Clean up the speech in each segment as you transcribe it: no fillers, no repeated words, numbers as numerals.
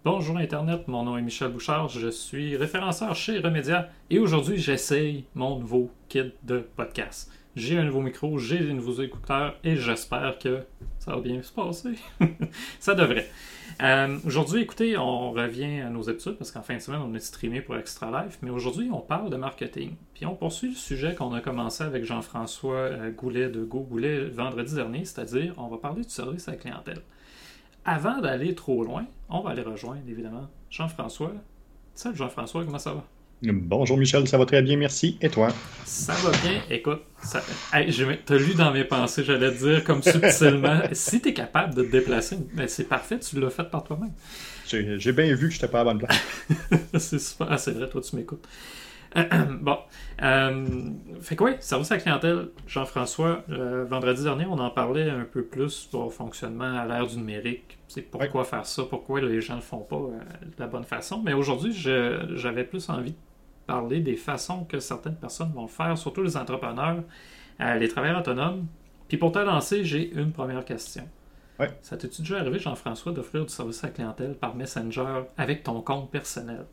Bonjour Internet, mon nom est Michel Bouchard, je suis référenceur chez Remedia et aujourd'hui j'essaye mon nouveau kit de podcast. J'ai un nouveau micro, j'ai des nouveaux écouteurs et j'espère que ça va bien se passer. Ça devrait. Aujourd'hui, écoutez, on revient à nos habitudes parce qu'en fin de semaine on est streamé pour Extra Life, mais aujourd'hui on parle de marketing. Puis on poursuit le sujet qu'on a commencé avec Jean-François Goulet de Go Goulet vendredi dernier, c'est-à-dire on va parler du service à la clientèle. Avant d'aller trop loin, on va aller rejoindre, évidemment, Jean-François. Salut Jean-François, comment ça va? Bonjour Michel, ça va très bien, merci. Et toi? Ça va bien. Écoute, hey, t'as lu dans mes pensées, j'allais te dire comme subtilement, si t'es capable de te déplacer, ben c'est parfait, tu l'as fait par toi-même. J'ai bien vu que je n'étais pas à la bonne place. C'est super. Ah, c'est vrai, toi tu m'écoutes. Bon. Fait que oui, service à la clientèle, Jean-François, vendredi dernier, on en parlait un peu plus pour fonctionnement à l'ère du numérique. C'est pourquoi faire ça, pourquoi les gens ne le font pas de la bonne façon. Mais aujourd'hui, j'avais plus envie de parler des façons que certaines personnes vont le faire, surtout les entrepreneurs, les travailleurs autonomes. Puis pour te lancer, j'ai une première question. Ouais. Ça t'est-tu déjà arrivé, Jean-François, d'offrir du service à la clientèle par Messenger avec ton compte personnel?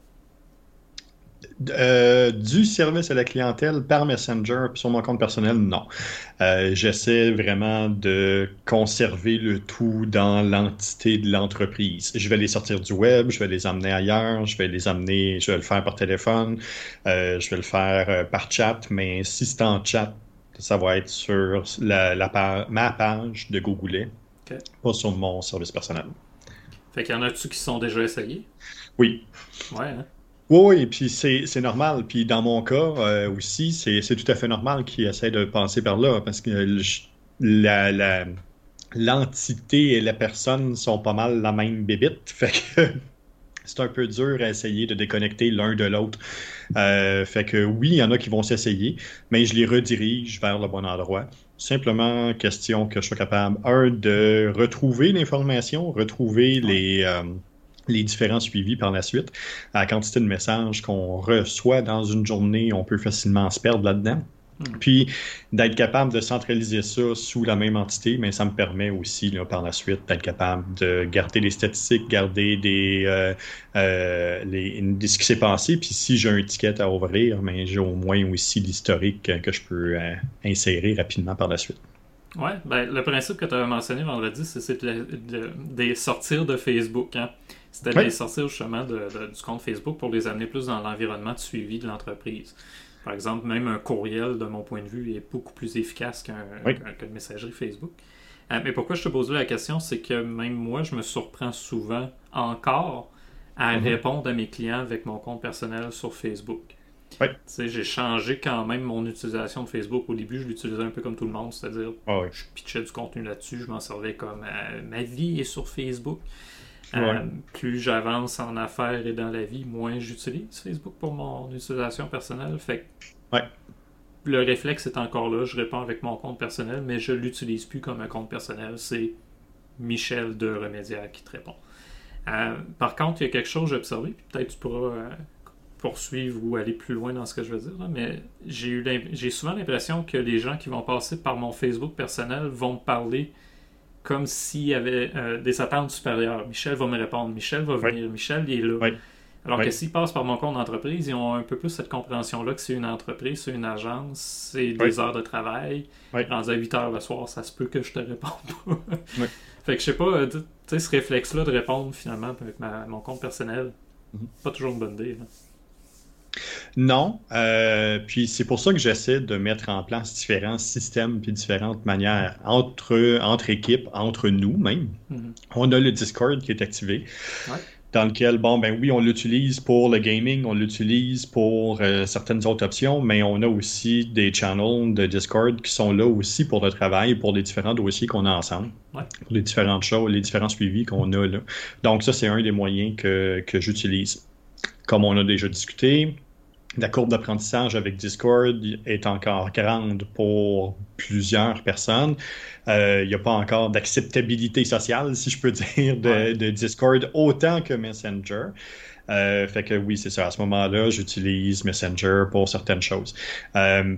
Du service à la clientèle par Messenger sur mon compte personnel, non. J'essaie vraiment de conserver le tout dans l'entité de l'entreprise. Je vais les sortir du web, je vais les emmener ailleurs, je vais le faire par téléphone, je vais le faire par chat, mais si c'est en chat, ça va être sur ma page de Google, Okay. pas sur mon service personnel. Fait qu'il y en a-tu qui sont déjà essayés? Oui. Ouais, hein? Oui, et puis c'est normal. Puis dans mon cas aussi, c'est tout à fait normal qu'ils essaient de passer par là parce que la, la- l'entité et la personne sont pas mal la même bébite. Fait que c'est un peu dur à essayer de déconnecter l'un de l'autre. Fait que oui, il y en a qui vont s'essayer, mais je les redirige vers le bon endroit. Simplement question que je sois capable, de retrouver l'information, retrouver Ouais. les différents suivis par la suite. À la quantité de messages qu'on reçoit dans une journée, on peut facilement se perdre là-dedans. Puis, d'être capable de centraliser ça sous la même entité, mais ça me permet aussi, là, par la suite, d'être capable de garder les statistiques, garder ce qui s'est passé. Puis, si j'ai un ticket à ouvrir, mais j'ai au moins aussi l'historique que je peux insérer rapidement par la suite. Ouais, ben, le principe que tu avais mentionné vendredi, c'est des sortir de Facebook. Hein? C'était de Oui, les sortir justement du compte Facebook pour les amener plus dans l'environnement de suivi de l'entreprise. Par exemple, même un courriel, de mon point de vue, est beaucoup plus efficace oui. qu'une messagerie Facebook. Mais pourquoi je te posais la question, c'est que même moi, je me surprends souvent encore à Mhm. répondre à mes clients avec mon compte personnel sur Facebook. Oui. Tu sais, j'ai changé quand même mon utilisation de Facebook. Au début, je l'utilisais un peu comme tout le monde, c'est-à-dire Ah oui. je pitchais du contenu là-dessus, je m'en servais comme ma vie est sur Facebook. Ouais. Plus j'avance en affaires et dans la vie, moins j'utilise Facebook pour mon utilisation personnelle. Fait Ouais. que le réflexe est encore là, je réponds avec mon compte personnel, mais je l'utilise plus comme un compte personnel. C'est Michel de Remedia qui te répond. Par contre, il y a quelque chose que j'ai observé, puis peut-être tu pourras poursuivre ou aller plus loin dans ce que je veux dire, là, mais j'ai souvent l'impression que les gens qui vont passer par mon Facebook personnel vont me parler comme s'il y avait des attentes supérieures. Michel va me répondre, Michel va Ouais. venir, Michel il est là. Ouais. Alors que Ouais. s'ils passent par mon compte d'entreprise, ils ont un peu plus cette compréhension-là que c'est une entreprise, c'est une agence, c'est Ouais. des heures de travail. Ouais. Rendu à 8 heures le soir, ça se peut que je te réponde pas. Ouais. Fait que je sais pas, tu sais, ce réflexe-là de répondre finalement avec mon compte personnel, Mhm. pas toujours une bonne idée. Là. Non, puis c'est pour ça que j'essaie de mettre en place différents systèmes puis différentes manières entre équipes, entre nous même. Mhm. On a le Discord qui est activé, Ouais. dans lequel, bon, ben oui, on l'utilise pour le gaming, on l'utilise pour certaines autres options, mais on a aussi des channels de Discord qui sont là aussi pour le travail, pour les différents dossiers qu'on a ensemble, Ouais. pour les différentes choses, les différents suivis qu'on a là. Donc ça, c'est un des moyens que j'utilise. Comme on a déjà discuté, la courbe d'apprentissage avec Discord est encore grande pour plusieurs personnes. Il n'y a pas encore d'acceptabilité sociale, si je peux dire, Ouais. de Discord autant que Messenger. Fait que oui, c'est ça. À ce moment-là, j'utilise Messenger pour certaines choses.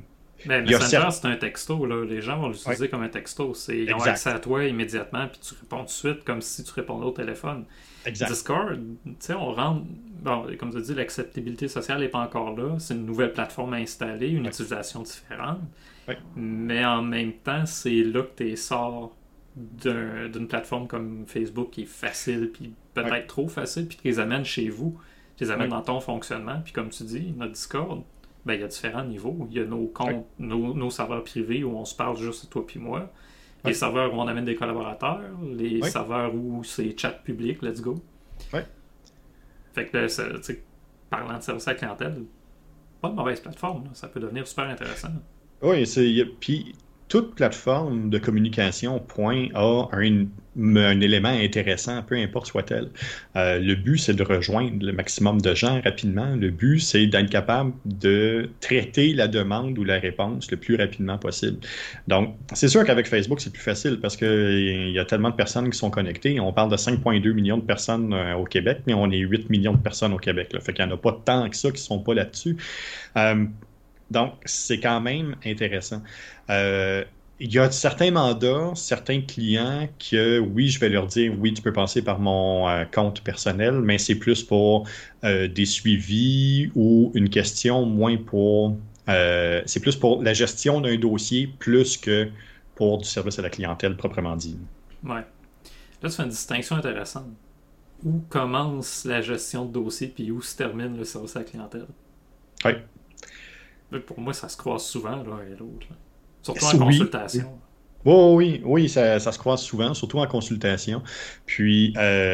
Mais Il y a Messenger, c'est un texto, là. Les gens vont l'utiliser Ouais. comme un texto. Ils ont Exact. accès à toi immédiatement, puis tu réponds tout de suite comme si tu répondais au téléphone. Exact. Discord, tu sais, on rentre. Bon, comme tu dis, l'acceptabilité sociale n'est pas encore là. C'est une nouvelle plateforme à installer, une utilisation différente. Ouais. Mais en même temps, c'est là que tu sors d'une plateforme comme Facebook qui est facile, puis peut-être trop facile, puis tu les amènes chez vous, tu les amènes dans ton fonctionnement. Puis comme tu dis, notre Discord, ben, il y a différents niveaux. Il y a nos comptes, nos serveurs privés où on se parle juste toi puis moi. Les serveurs où on amène des collaborateurs, les serveurs où c'est chat public, let's go. Fait que, tu sais, parlant de service à la clientèle, pas de mauvaise plateforme, là. Ça peut devenir super intéressant. Oui, puis toute plateforme de communication a un élément intéressant, peu importe soit-elle. Le but, c'est de rejoindre le maximum de gens rapidement. Le but, c'est d'être capable de traiter la demande ou la réponse le plus rapidement possible. Donc, c'est sûr qu'avec Facebook, c'est plus facile parce qu'il y a tellement de personnes qui sont connectées. On parle de 5,2 millions de personnes au Québec, mais on est 8 millions de personnes au Québec, là. Fait qu'il n'y en a pas tant que ça qui ne sont pas là-dessus. Donc, c'est quand même intéressant. Il y a certains mandats, certains clients que, oui, je vais leur dire, oui, tu peux passer par mon compte personnel, mais c'est plus pour des suivis ou une question, moins pour... c'est plus pour la gestion d'un dossier plus que pour du service à la clientèle proprement dit. Ouais. Là, tu fais une distinction intéressante. Où commence la gestion de dossier puis où se termine le service à la clientèle? Oui. Pour moi, ça se croise souvent l'un et l'autre. Surtout en consultation. Oui, ça se croise souvent, surtout en consultation. Puis,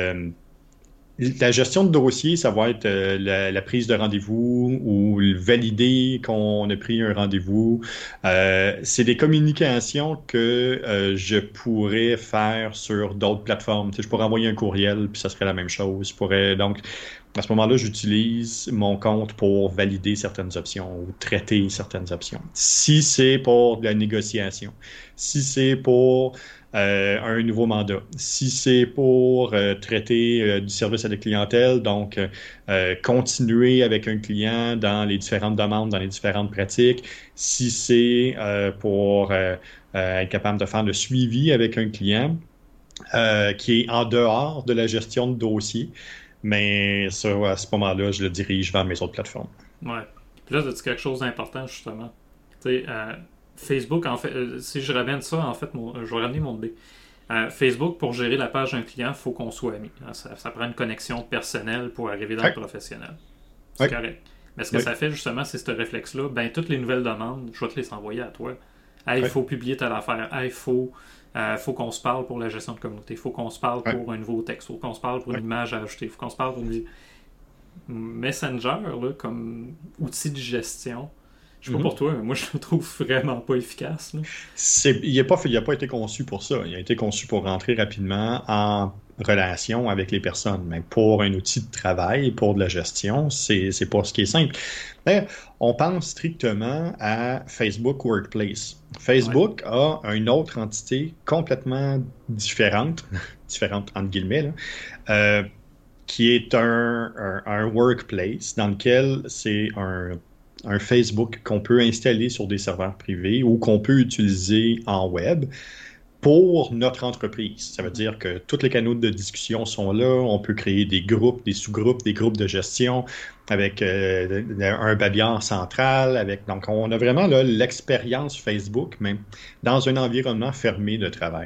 la gestion de dossier, ça va être la prise de rendez-vous ou valider qu'on a pris un rendez-vous. C'est des communications que je pourrais faire sur d'autres plateformes. Tu sais, je pourrais envoyer un courriel, puis ça serait la même chose. Je pourrais donc... À ce moment-là, j'utilise mon compte pour valider certaines options ou traiter certaines options. Si c'est pour de la négociation, si c'est pour un nouveau mandat, si c'est pour traiter du service à la clientèle, donc continuer avec un client dans les différentes demandes, dans les différentes pratiques, si c'est pour être capable de faire le suivi avec un client qui est en dehors de la gestion de dossier. Mais ça, à ce moment-là, je le dirige vers mes autres plateformes. Ouais. Puis là, tu as dit quelque chose d'important, justement. Tu sais, Facebook, en fait, si je ramène ça, en fait, je vais ramener mon B. Facebook, pour gérer la page d'un client, il faut qu'on soit amis. Ça prend une connexion personnelle pour arriver dans le professionnel. C'est correct. Mais ce que ça fait, justement, c'est ce réflexe-là. Ben, toutes les nouvelles demandes, je vais te les envoyer à toi. Il faut publier telle affaire. Il faut qu'on se parle pour la gestion de communauté. Il faut qu'on se parle pour un nouveau texte. Il faut qu'on se parle pour une image à ajouter. Il faut qu'on se parle pour une... Messenger, là, comme outil de gestion, je sais pas pour toi, mais moi, je le trouve vraiment pas efficace. Là. Il n'a pas été conçu pour ça. Il a été conçu pour rentrer rapidement en relation avec les personnes. Mais pour un outil de travail, pour de la gestion, c'est pas ce qui est simple. Mais on pense strictement à Facebook Workplace. Facebook a une autre entité complètement différente entre guillemets, là, qui est un workplace dans lequel c'est un Facebook qu'on peut installer sur des serveurs privés ou qu'on peut utiliser en web pour notre entreprise. Ça veut dire que tous les canaux de discussion sont là. On peut créer des groupes, des sous-groupes, des groupes de gestion avec un babillard central. Donc, on a vraiment là, l'expérience Facebook, mais dans un environnement fermé de travail.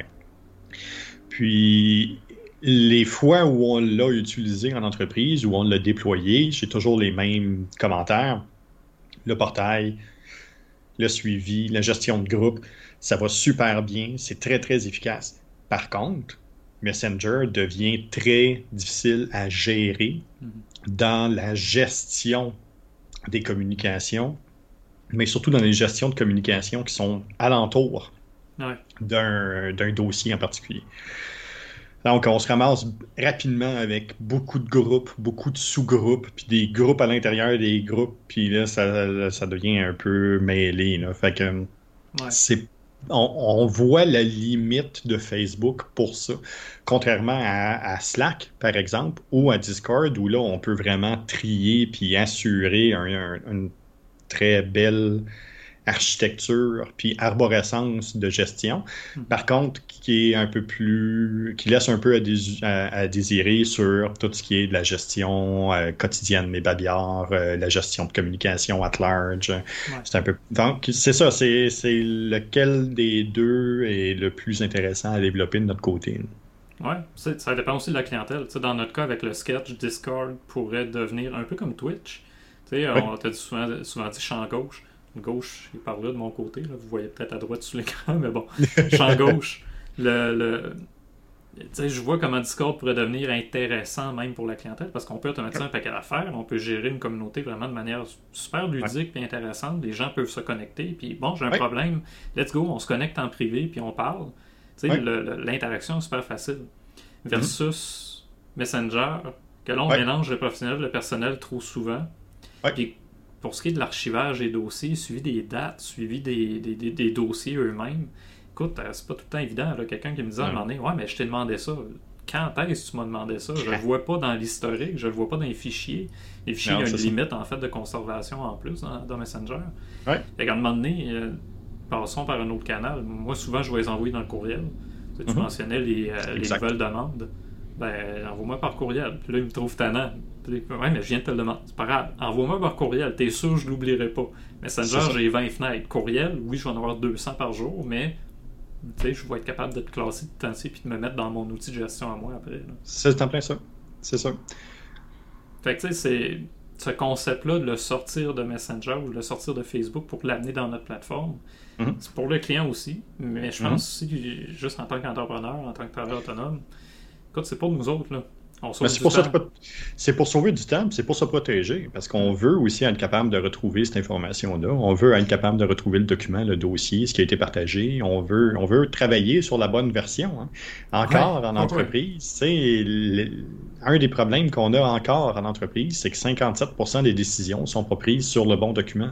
Puis, les fois où on l'a utilisé en entreprise, où on l'a déployé, j'ai toujours les mêmes commentaires. Le portail, le suivi, la gestion de groupe, ça va super bien, c'est très, très efficace. Par contre, Messenger devient très difficile à gérer dans la gestion des communications, mais surtout dans les gestions de communication qui sont alentour d'un dossier en particulier. Donc, on se ramasse rapidement avec beaucoup de groupes, beaucoup de sous-groupes, puis des groupes à l'intérieur des groupes, puis là, ça devient un peu mêlé, là. Fait que on voit la limite de Facebook pour ça. Contrairement à Slack, par exemple, ou à Discord, où là, on peut vraiment trier puis assurer une très belle architecture puis arborescence de gestion. Par contre, qui est un peu plus, qui laisse un peu à désirer sur tout ce qui est de la gestion quotidienne des babillards, la gestion de communication at large. Ouais. C'est un peu. Donc, c'est ça, c'est lequel des deux est le plus intéressant à développer de notre côté. Ouais, ça dépend aussi de la clientèle. T'sais, dans notre cas, avec le sketch, Discord pourrait devenir un peu comme Twitch. On t'a dit souvent dit champ gauche. Gauche, il est par là de mon côté. Là. Vous voyez peut-être à droite sur l'écran, mais bon. Champ gauche. Je vois comment Discord pourrait devenir intéressant même pour la clientèle parce qu'on peut automatiser un paquet d'affaires. On peut gérer une communauté vraiment de manière super ludique et intéressante. Les gens peuvent se connecter. Puis bon, j'ai un problème. Let's go, on se connecte en privé puis on parle. L'interaction est super facile. Versus Messenger, que l'on mélange le professionnel et le personnel trop souvent. Puis pour ce qui est de l'archivage des dossiers, suivi des dates, suivi des dossiers eux-mêmes, écoute, c'est pas tout le temps évident. Là. Quelqu'un qui me dit à un moment donné, ouais, mais je t'ai demandé ça. Quand est-ce que tu m'as demandé ça? Je le vois pas dans l'historique, je le vois pas dans les fichiers. Les fichiers, il y a une limite en fait de conservation en plus dans Messenger. Fait qu'à un moment donné, passons par un autre canal. Moi, souvent, je vais les envoyer dans le courriel. Tu mentionnais les nouvelles demandes. Ben, envoie-moi par courriel. Puis là, il me trouve tannant. Puis, ouais, mais je viens de te le demander. C'est pas grave. Envoie-moi par courriel. T'es sûr que je l'oublierai pas. Messenger, j'ai 20 fenêtres. Courriel, oui, je vais en avoir 200 par jour, mais je vais être capable de te classer, de t'insister puis de me mettre dans mon outil de gestion à moi après. Là. C'est en plein ça. C'est ça. Fait que tu sais, c'est ce concept-là de le sortir de Messenger ou de le sortir de Facebook pour l'amener dans notre plateforme. C'est pour le client aussi, mais je pense aussi, juste en tant qu'entrepreneur, en tant que travailleur autonome, écoute, c'est pour nous autres, là. C'est pour sauver du temps, c'est pour se protéger, parce qu'on veut aussi être capable de retrouver cette information-là. On veut être capable de retrouver le document, le dossier, ce qui a été partagé. On veut travailler sur la bonne version. Hein. Encore en entreprise, c'est un des problèmes qu'on a encore en entreprise, c'est que 57% des décisions sont pas prises sur le bon document.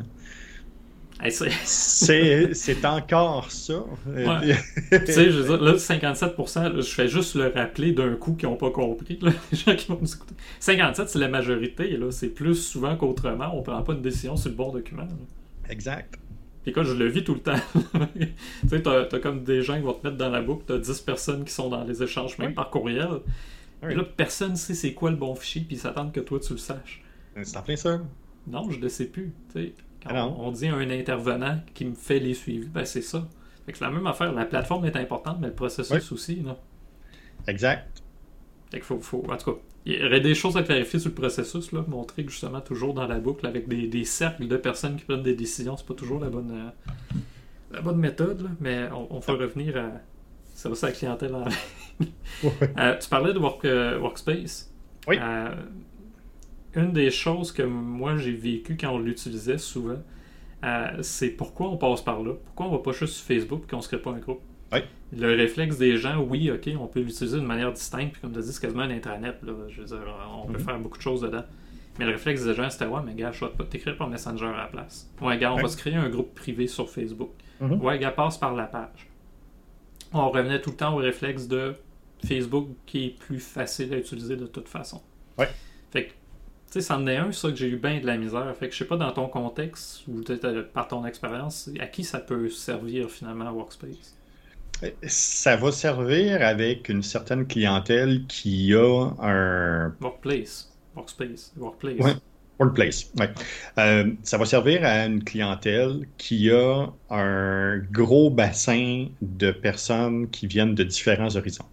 C'est encore ça. Ouais. Tu sais, je veux dire, là, 57%, là, je fais juste le rappeler d'un coup qu'ils n'ont pas compris. Là, les gens qui vont nous écouter. 57%, c'est la majorité. Là, c'est plus souvent qu'autrement. On ne prend pas une décision sur le bon document. Là. Exact. Puis quand je le vis tout le temps. Tu sais, t'as comme des gens qui vont te mettre dans la boucle. T'as 10 personnes qui sont dans les échanges, même par courriel. Et là, personne ne sait c'est quoi le bon fichier, puis ils s'attendent que toi, tu le saches. C'est en plein ça. Non, je ne le sais plus. Tu sais. Quand on dit à un intervenant qui me fait les suivis, ben c'est ça. Fait que c'est la même affaire. La plateforme est importante, mais le processus aussi. Là. Exact. Fait qu'il faut. En tout cas, il y aurait des choses à clarifier sur le processus, là, montrer que justement, toujours dans la boucle, avec des cercles de personnes qui prennent des décisions, c'est pas toujours la bonne méthode, là, mais on peut revenir à. C'est aussi la clientèle en tu parlais de Workspace. Oui. Une des choses que moi j'ai vécu quand on l'utilisait souvent, c'est pourquoi on passe par là. Pourquoi on va pas juste sur Facebook et qu'on ne se crée pas un groupe. Oui. Le réflexe des gens, oui, ok, on peut l'utiliser d'une manière distincte, puis comme tu as dit, c'est quasiment un intranet. Là, je veux dire, on peut faire beaucoup de choses dedans. Mais le réflexe des gens, c'était ouais, mais gars, je vais t'écrire par Messenger à la place. Ouais, gars, on va se créer un groupe privé sur Facebook. Ouais, gars, passe par la page. On revenait tout le temps au réflexe de Facebook qui est plus facile à utiliser de toute façon. Ouais. Fait que tu sais, c'en est un, ça, que j'ai eu bien de la misère. Fait que je sais pas, dans ton contexte, ou peut-être par ton expérience, à qui ça peut servir finalement Workspace? Ça va servir avec une certaine clientèle qui a un... Workspace. Ouais. Workplace, ouais. Ça va servir à une clientèle qui a un gros bassin de personnes qui viennent de différents horizons.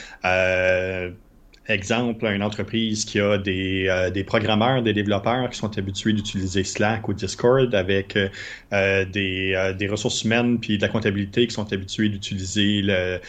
Exemple, une entreprise qui a des programmeurs, des développeurs qui sont habitués d'utiliser Slack ou Discord avec des ressources humaines puis de la comptabilité qui sont habitués d'utiliser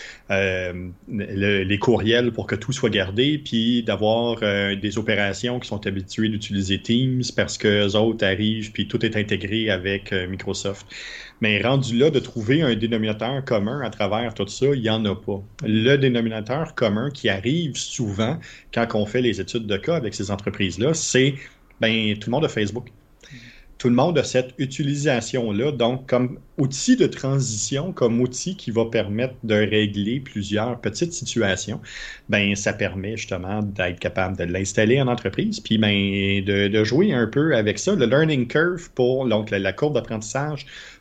les courriels pour que tout soit gardé, puis d'avoir des opérations qui sont habitués d'utiliser Teams parce que eux autres arrivent puis tout est intégré avec Microsoft. Mais rendu là, de trouver un dénominateur commun à travers tout ça, il n'y en a pas. Le dénominateur commun qui arrive souvent quand on fait les études de cas avec ces entreprises-là, c'est tout le monde a Facebook. Tout le monde a cette utilisation-là, donc comme outil de transition, comme outil qui va permettre de régler plusieurs petites situations, ça permet justement d'être capable de l'installer en entreprise, puis de jouer un peu avec ça. Le learning curve pour donc la courbe d'apprentissage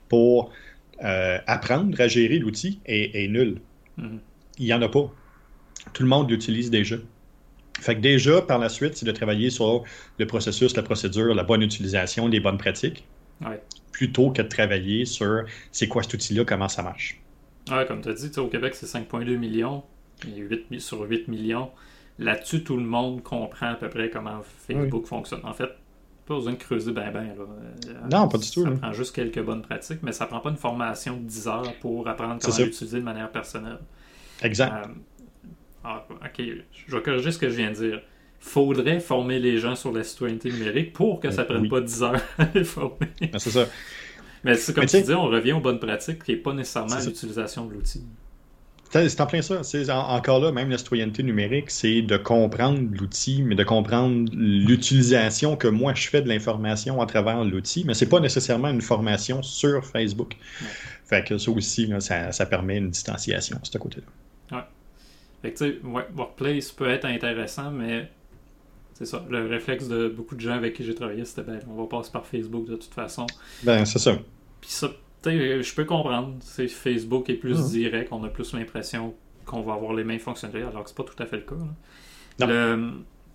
pour apprendre à gérer l'outil est nul. Mhm. Il n'y en a pas. Tout le monde l'utilise déjà. Fait que déjà, par la suite, c'est de travailler sur le processus, la procédure, la bonne utilisation, les bonnes pratiques, Ouais. plutôt que de travailler sur c'est quoi cet outil-là, comment ça marche. Ouais, comme tu as dit, au Québec, c'est 5,2 millions, et 8 sur 8 millions. Là-dessus, tout le monde comprend à peu près comment Facebook fonctionne. En fait, pas besoin de creuser ben. Non, pas du tout. Ça Là. prend juste quelques bonnes pratiques, mais ça prend pas une formation de 10 heures pour apprendre comment l'utiliser de manière personnelle. Exact. Ok, je vais corriger ce que je viens de dire. Faudrait former les gens sur la citoyenneté numérique pour que ça prenne pas 10 heures à les former. Ben, c'est ça. Mais c'est comme tu dis, on revient aux bonnes pratiques qui n'est pas nécessairement l'utilisation de l'outil. C'est en plein ça. Encore là, même la citoyenneté numérique, c'est de comprendre l'outil, mais de comprendre l'utilisation que moi je fais de l'information à travers l'outil, mais c'est pas nécessairement une formation sur Facebook. Ouais. Fait que ça aussi, là, ça permet une distanciation de ce côté-là. Ouais. Fait que tu sais, Workplace peut être intéressant, mais c'est ça. Le réflexe de beaucoup de gens avec qui j'ai travaillé, c'était on va passer par Facebook de toute façon. Ben, c'est ça. Puis ça, je peux comprendre. Facebook est plus direct, on a plus l'impression qu'on va avoir les mêmes fonctionnalités, alors que c'est pas tout à fait le cas. Là.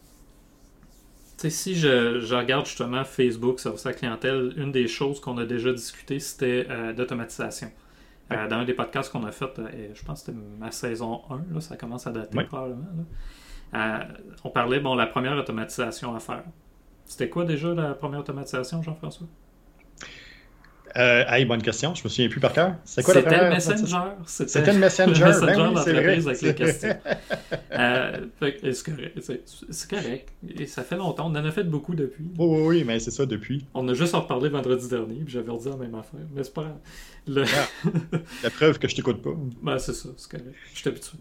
Si je regarde justement Facebook, service à la clientèle, une des choses qu'on a déjà discuté, c'était d'automatisation. Dans un des podcasts qu'on a fait, je pense que c'était ma saison 1, là, ça commence à dater probablement. Là. On parlait, la première automatisation à faire. C'était quoi déjà la première automatisation, Jean-François? Bonne question, je me souviens plus par cœur. C'était le Messenger. C'était le Messenger, d'entreprise avec les questions. C'est correct. Et ça fait longtemps. On en a fait beaucoup depuis. Oui, mais c'est ça depuis. On a juste en reparlé vendredi dernier, puis j'avais redit la même affaire. Mais c'est pas grave. La preuve que je t'écoute pas. Ben, c'est ça, c'est correct. Je suis habitué.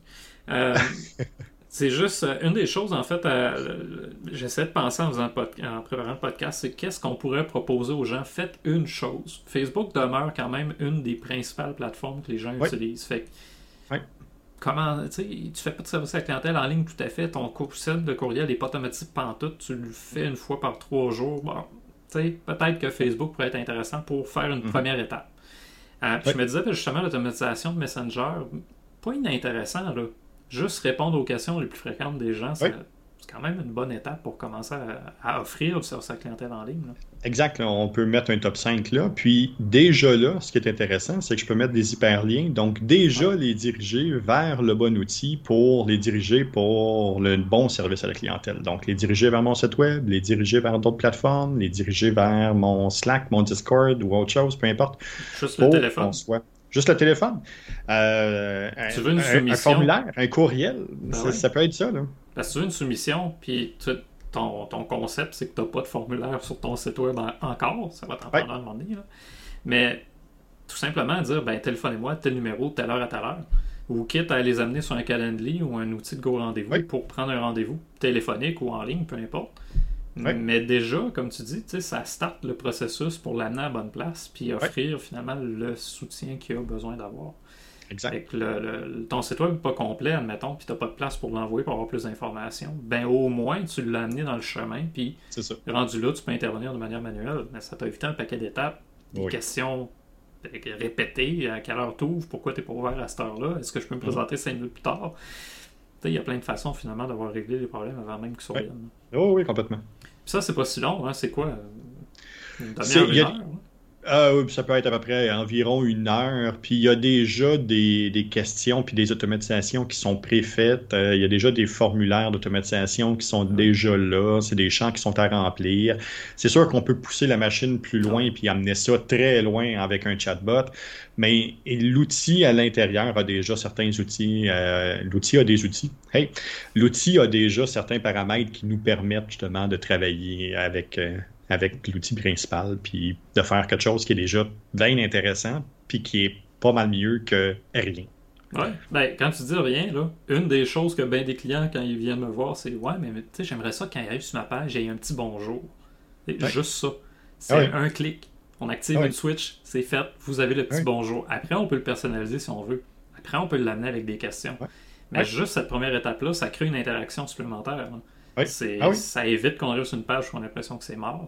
C'est juste une des choses, en fait, j'essaie de penser en préparant le podcast, c'est qu'est-ce qu'on pourrait proposer aux gens. Faites une chose. Facebook demeure quand même une des principales plateformes que les gens utilisent. Fait comment, tu fais pas de service à la clientèle en ligne tout à fait. Ton système de courriel n'est pas automatique pantoute. Tu le fais une fois par 3 jours. Bon, peut-être que Facebook pourrait être intéressant pour faire une première étape. Je me disais justement l'automatisation de Messenger, pas inintéressant, là. Juste répondre aux questions les plus fréquentes des gens, c'est quand même une bonne étape pour commencer à offrir du service à la clientèle en ligne. Là. Exact, là, on peut mettre un top 5 là. Puis déjà là, ce qui est intéressant, c'est que je peux mettre des hyperliens. Donc déjà les diriger vers le bon outil pour les diriger pour le bon service à la clientèle. Donc les diriger vers mon site web, les diriger vers d'autres plateformes, les diriger vers mon Slack, mon Discord ou autre chose, peu importe. Juste le téléphone. Juste le téléphone. Tu veux une soumission? Un formulaire, un courriel. Ça peut être ça. Là. Parce que tu veux une soumission, puis ton concept, c'est que tu n'as pas de formulaire sur ton site web encore. Ça va t'en prendre un moment donné. Là. Mais tout simplement dire, téléphonez-moi à tel numéro, telle heure à telle heure. Ou quitte à les amener sur un Calendly ou un outil de Go Rendez-vous pour prendre un rendez-vous téléphonique ou en ligne, peu importe. Mais déjà, comme tu dis, ça starte le processus pour l'amener à la bonne place puis offrir finalement le soutien qu'il a besoin d'avoir. Exact. Ton site web n'est pas complet, admettons, puis tu n'as pas de place pour l'envoyer pour avoir plus d'informations. Au moins, tu l'as amené dans le chemin, puis rendu là, tu peux intervenir de manière manuelle. Mais ça t'a évité un paquet d'étapes, des questions répétées, à quelle heure tu ouvres, pourquoi tu n'es pas ouvert à cette heure-là, est-ce que je peux me présenter 5 minutes plus tard? Il y a plein de façons finalement d'avoir réglé les problèmes avant même qu'ils surviennent. Oui, complètement. Puis ça, c'est pas si long, hein? C'est quoi? Une demi-heure, ça peut être à peu près environ 1 heure. Puis il y a déjà des questions puis des automatisations qui sont préfaites. Il y a déjà des formulaires d'automatisation qui sont déjà là. C'est des champs qui sont à remplir. C'est sûr qu'on peut pousser la machine plus loin puis amener ça très loin avec un chatbot. Mais l'outil à l'intérieur a déjà certains outils. L'outil a des outils. L'outil a déjà certains paramètres qui nous permettent justement de travailler avec l'outil principal, puis de faire quelque chose qui est déjà bien intéressant, puis qui est pas mal mieux que rien. Ouais, quand tu dis rien, là, une des choses que bien des clients, quand ils viennent me voir, c'est mais tu sais, j'aimerais ça quand ils arrivent sur ma page, il y ait un petit bonjour. C'est juste ça. C'est un clic. On active une switch, c'est fait, vous avez le petit bonjour. Après, on peut le personnaliser si on veut. Après, on peut l'amener avec des questions. Mais juste cette première étape-là, ça crée une interaction supplémentaire. Ça évite qu'on arrive sur une page où on a l'impression que c'est mort.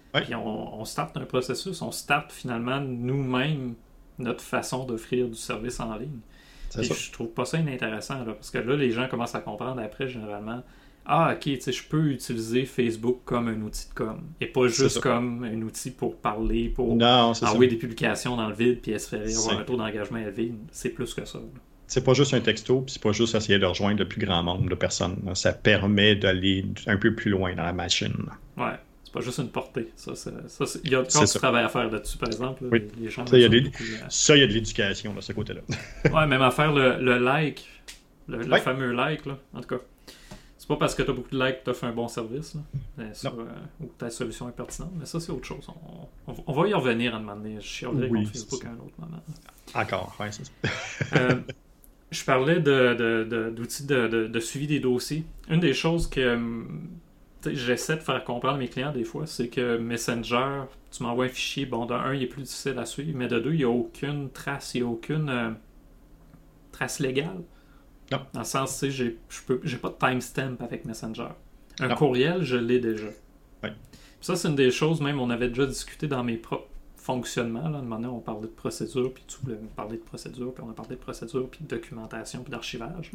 Ouais. Puis on starte un processus, on starte finalement nous-mêmes notre façon d'offrir du service en ligne. C'est Et ça. je trouve pas ça inintéressant, là, parce que là, les gens commencent à comprendre après, généralement, ah, ok, tu sais, je peux utiliser Facebook comme un outil de com, et pas C'est juste ça. comme un outil pour parler, pour Non, c'est ça. envoyer des publications dans le vide, puis espérer avoir C'est un taux d'engagement élevé. C'est plus que ça. Là. c'est pas juste un texto, puis c'est pas juste essayer de rejoindre le plus grand nombre de personnes. Ça permet d'aller un peu plus loin dans la machine. Ouais, c'est pas juste une portée. Il y a encore C'est du ça. travail à faire là-dessus, par exemple. Là, Oui. les gens Ça, il y a mentionnement des... beaucoup. ça, il y a de l'éducation de ce côté-là. Ouais, même à faire le like, le Ouais. fameux like, là. En tout cas, c'est pas parce que t'as beaucoup de likes que t'as fait un bon service, là. Ou que ta solution est pertinente, mais ça, c'est autre chose. On va y revenir à un moment donné. Je chialerai Oui, contre c'est Facebook ça. à un autre moment. Encore, ouais, c'est ça. Je parlais d'outils de suivi des dossiers. Une des choses que j'essaie de faire comprendre à mes clients des fois, c'est que Messenger, tu m'envoies un fichier, bon, de un, il est plus difficile à suivre, mais de deux, il n'y a aucune trace, il n'y a aucune trace légale. Non. Dans le sens, tu sais, j'ai pas de timestamp avec Messenger. Un Non. courriel, je l'ai déjà. Ouais. Puis ça, c'est une des choses, même, on avait déjà discuté dans mes propres fonctionnements. Là, à un moment donné, on parlait de procédure, puis tu voulais me parler de procédure, puis on a parlé de procédure, puis de documentation, puis d'archivage.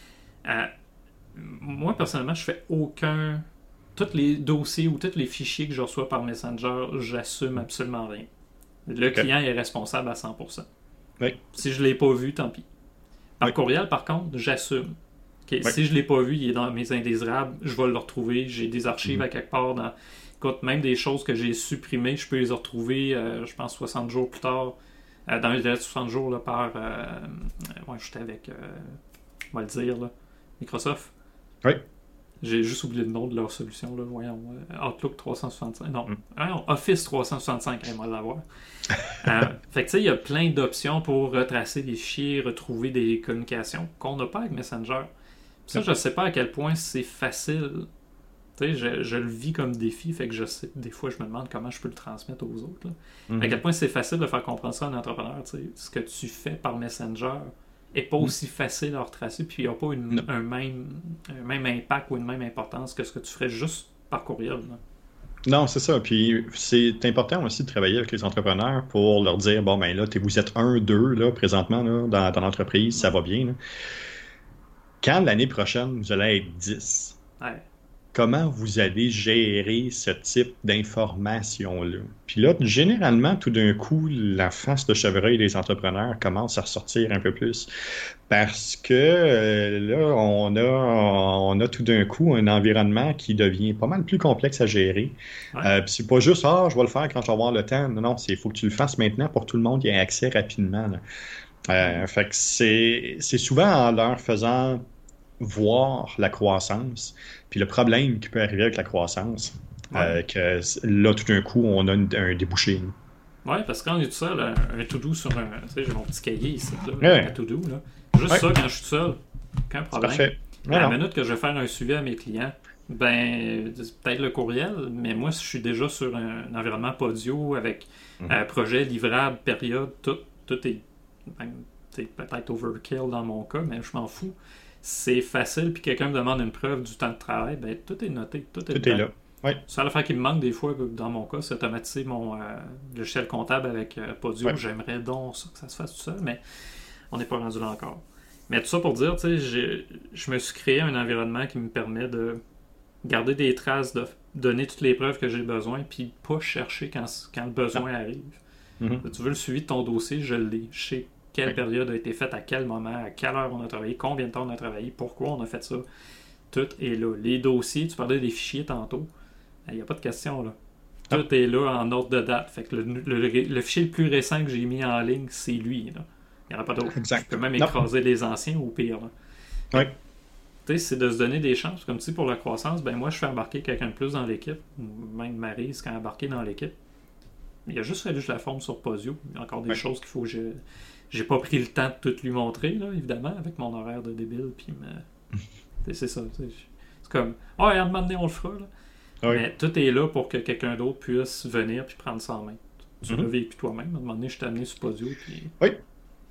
Moi, personnellement, je fais aucun... Tous les dossiers ou tous les fichiers que je reçois par Messenger, j'assume absolument rien. Le client est responsable à 100%. Oui. Si je ne l'ai pas vu, tant pis. Par Oui. courriel, par contre, j'assume. Okay, Oui. Si je ne l'ai pas vu, il est dans mes indésirables, je vais le retrouver. J'ai des archives à quelque part. Écoute, même des choses que j'ai supprimées, je peux les retrouver, je pense, 60 jours plus tard. Dans les délais de 60 jours, là, ouais, j'étais avec, on va le dire, là, Microsoft. Oui. J'ai juste oublié le nom de leur solution, là. Voyons, Outlook 365. Non, Office 365, on va l'avoir. Fait que tu sais, il y a plein d'options pour retracer des fichiers, retrouver des communications qu'on n'a pas avec Messenger. Ça, je ne sais pas à quel point c'est facile. Tu sais, je le vis comme défi, fait que je sais, des fois, je me demande comment je peux le transmettre aux autres. Là. À quel point c'est facile de faire comprendre ça à un entrepreneur. Tu sais, ce que tu fais par Messenger n'est pas aussi facile à retracer, puis il n'y a pas un même impact ou une même importance que ce que tu ferais juste par courriel. Là. Non, c'est ça. Puis c'est important aussi de travailler avec les entrepreneurs pour leur dire, bon, ben là, vous êtes 1, 2, là, présentement, là, dans l'entreprise, ça va bien. Là. Quand l'année prochaine, vous allez être 10, Ouais. comment vous allez gérer ce type d'informations-là? Puis là, généralement, tout d'un coup, la face de chevreuil des entrepreneurs commence à ressortir un peu plus. Parce que là, on a tout d'un coup un environnement qui devient pas mal plus complexe à gérer. Ouais. Puis c'est pas juste, je vais le faire quand je vais avoir le temps. Non, il faut que tu le fasses maintenant pour que tout le monde y ait accès rapidement. Là. Fait que c'est souvent en leur faisant voir la croissance, puis le problème qui peut arriver avec la croissance, que là, tout d'un coup, on a un débouché. Ouais, parce que quand on est tout seul, un to-do sur un... Tu sais, j'ai mon petit cahier ici, là, un to-do, là. Juste ça, quand je suis tout seul, aucun problème. Parfait. À la minute que je vais faire un suivi à mes clients, ben, c'est peut-être le courriel, mais moi, si je suis déjà sur un environnement Podio avec projet, livrable, période, tout est peut-être overkill dans mon cas, mais je m'en fous. C'est facile, puis quelqu'un me demande une preuve du temps de travail, ben tout est noté, tout est là. Oui. La seule affaire qui me manque des fois, dans mon cas, c'est automatiser mon logiciel comptable avec Podio. Ouais. J'aimerais donc ça, que ça se fasse tout seul, mais on n'est pas rendu là encore. Mais tout ça pour dire, tu sais, je me suis créé un environnement qui me permet de garder des traces, de donner toutes les preuves que j'ai besoin, puis pas chercher quand le besoin arrive. Mm-hmm. Tu veux le suivi de ton dossier, je l'ai. Je sais quelle période a été faite, à quel moment, à quelle heure on a travaillé, combien de temps on a travaillé, pourquoi on a fait ça. Tout est là. Les dossiers, tu parlais des fichiers tantôt, il n'y a pas de question là. Tout est là en ordre de date. Fait que le fichier le plus récent que j'ai mis en ligne, c'est lui. Là. Il n'y en a pas d'autre. Exact. Je peux même écraser les anciens au pire. Oui. Tu sais, c'est de se donner des chances. Comme tu sais, pour la croissance, ben moi, je fais embarquer quelqu'un de plus dans l'équipe. Même Maryse, quand embarqué dans l'équipe. Il a juste fallu que je la forme sur Podio. Il y a encore des choses qu'il faut que j'ai pas pris le temps de tout lui montrer, là, évidemment, avec mon horaire de débile. Puis c'est ça. C'est comme, à un moment donné, on le fera. Là. Oui. Mais tout est là pour que quelqu'un d'autre puisse venir puis prendre ça en main. Tu l'as vécu toi-même. À un moment donné, je t'ai amené sur Podio. Puis... Oui.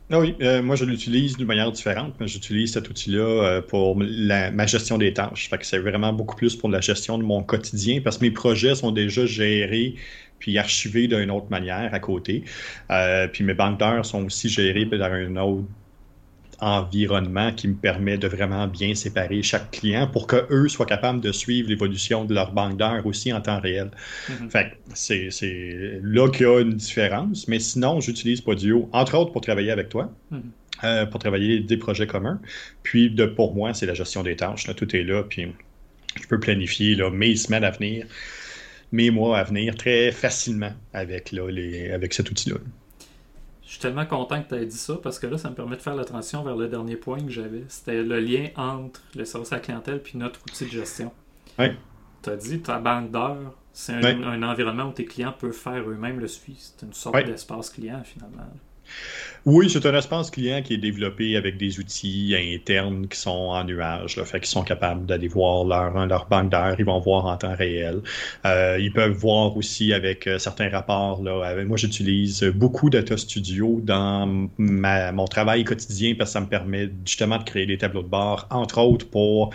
Ah oui, moi je l'utilise d'une manière différente, mais j'utilise cet outil-là pour ma gestion des tâches. Fait que c'est vraiment beaucoup plus pour la gestion de mon quotidien parce que mes projets sont déjà gérés puis archivés d'une autre manière à côté. Puis mes banques d'heures sont aussi gérées dans un autre environnement qui me permet de vraiment bien séparer chaque client pour qu'eux soient capables de suivre l'évolution de leur banque d'heures aussi en temps réel. Mhm. Fait que c'est là qu'il y a une différence, mais sinon, j'utilise Podio, entre autres pour travailler avec toi, Mhm. pour travailler des projets communs. Puis pour moi, c'est la gestion des tâches. Là, tout est là, puis je peux planifier là, mes semaines à venir, mes mois à venir très facilement avec, là, avec cet outil-là. Je suis tellement content que tu aies dit ça parce que là, ça me permet de faire la transition vers le dernier point que j'avais. C'était le lien entre le service à la clientèle et notre outil de gestion. Ouais. Tu as dit, ta banque d'heures, c'est Ouais. un environnement où tes clients peuvent faire eux-mêmes le suivi. C'est une sorte Ouais. d'espace client, finalement. Oui, c'est un espace client qui est développé avec des outils internes qui sont en nuage, là, fait qu'ils sont capables d'aller voir leur banque d'heures, ils vont voir en temps réel. Ils peuvent voir aussi avec certains rapports. Là, moi, j'utilise beaucoup Data Studio dans mon travail quotidien parce que ça me permet justement de créer des tableaux de bord, entre autres pour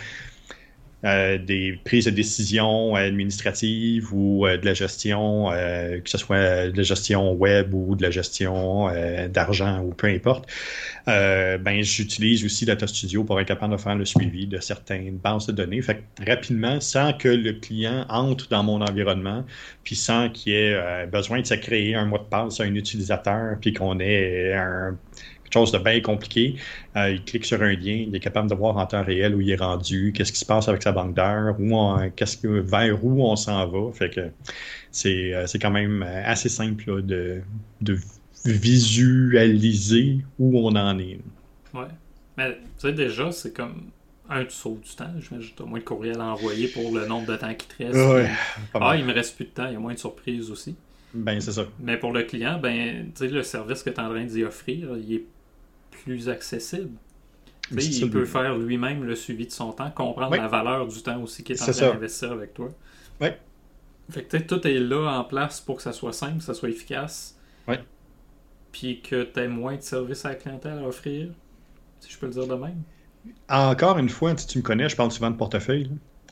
des prises de décision administratives ou de la gestion, que ce soit de la gestion web ou de la gestion d'argent ou peu importe. J'utilise aussi Data Studio pour être capable de faire le suivi de certaines bases de données. Fait que rapidement, sans que le client entre dans mon environnement, puis sans qu'il y ait besoin de se créer un mot de passe à un utilisateur, puis qu'on ait quelque chose de bien compliqué. Il clique sur un lien, il est capable de voir en temps réel où il est rendu, qu'est-ce qui se passe avec sa banque d'heures, vers où on s'en va. Fait que c'est quand même assez simple là, de visualiser où on en est. Ouais. Mais tu sais, déjà, c'est comme tu sauves du temps. J'imagine que tu as moins de courriels à envoyer pour le nombre de temps qui te reste. Ouais, pas mal. Il me reste plus de temps, il y a moins de surprises aussi. Ben, c'est ça. Mais pour le client, tu sais, le service que tu es en train d'y offrir, il est plus accessible. Il peut faire lui-même le suivi de son temps, comprendre la valeur du temps aussi qu'il est en train d'investir avec toi. Oui. Fait que tout est là en place pour que ça soit simple, que ça soit efficace. Oui. Puis que tu aies moins de services à la clientèle à offrir, si je peux le dire de même. Encore une fois, si tu me connais, je parle souvent de portefeuille.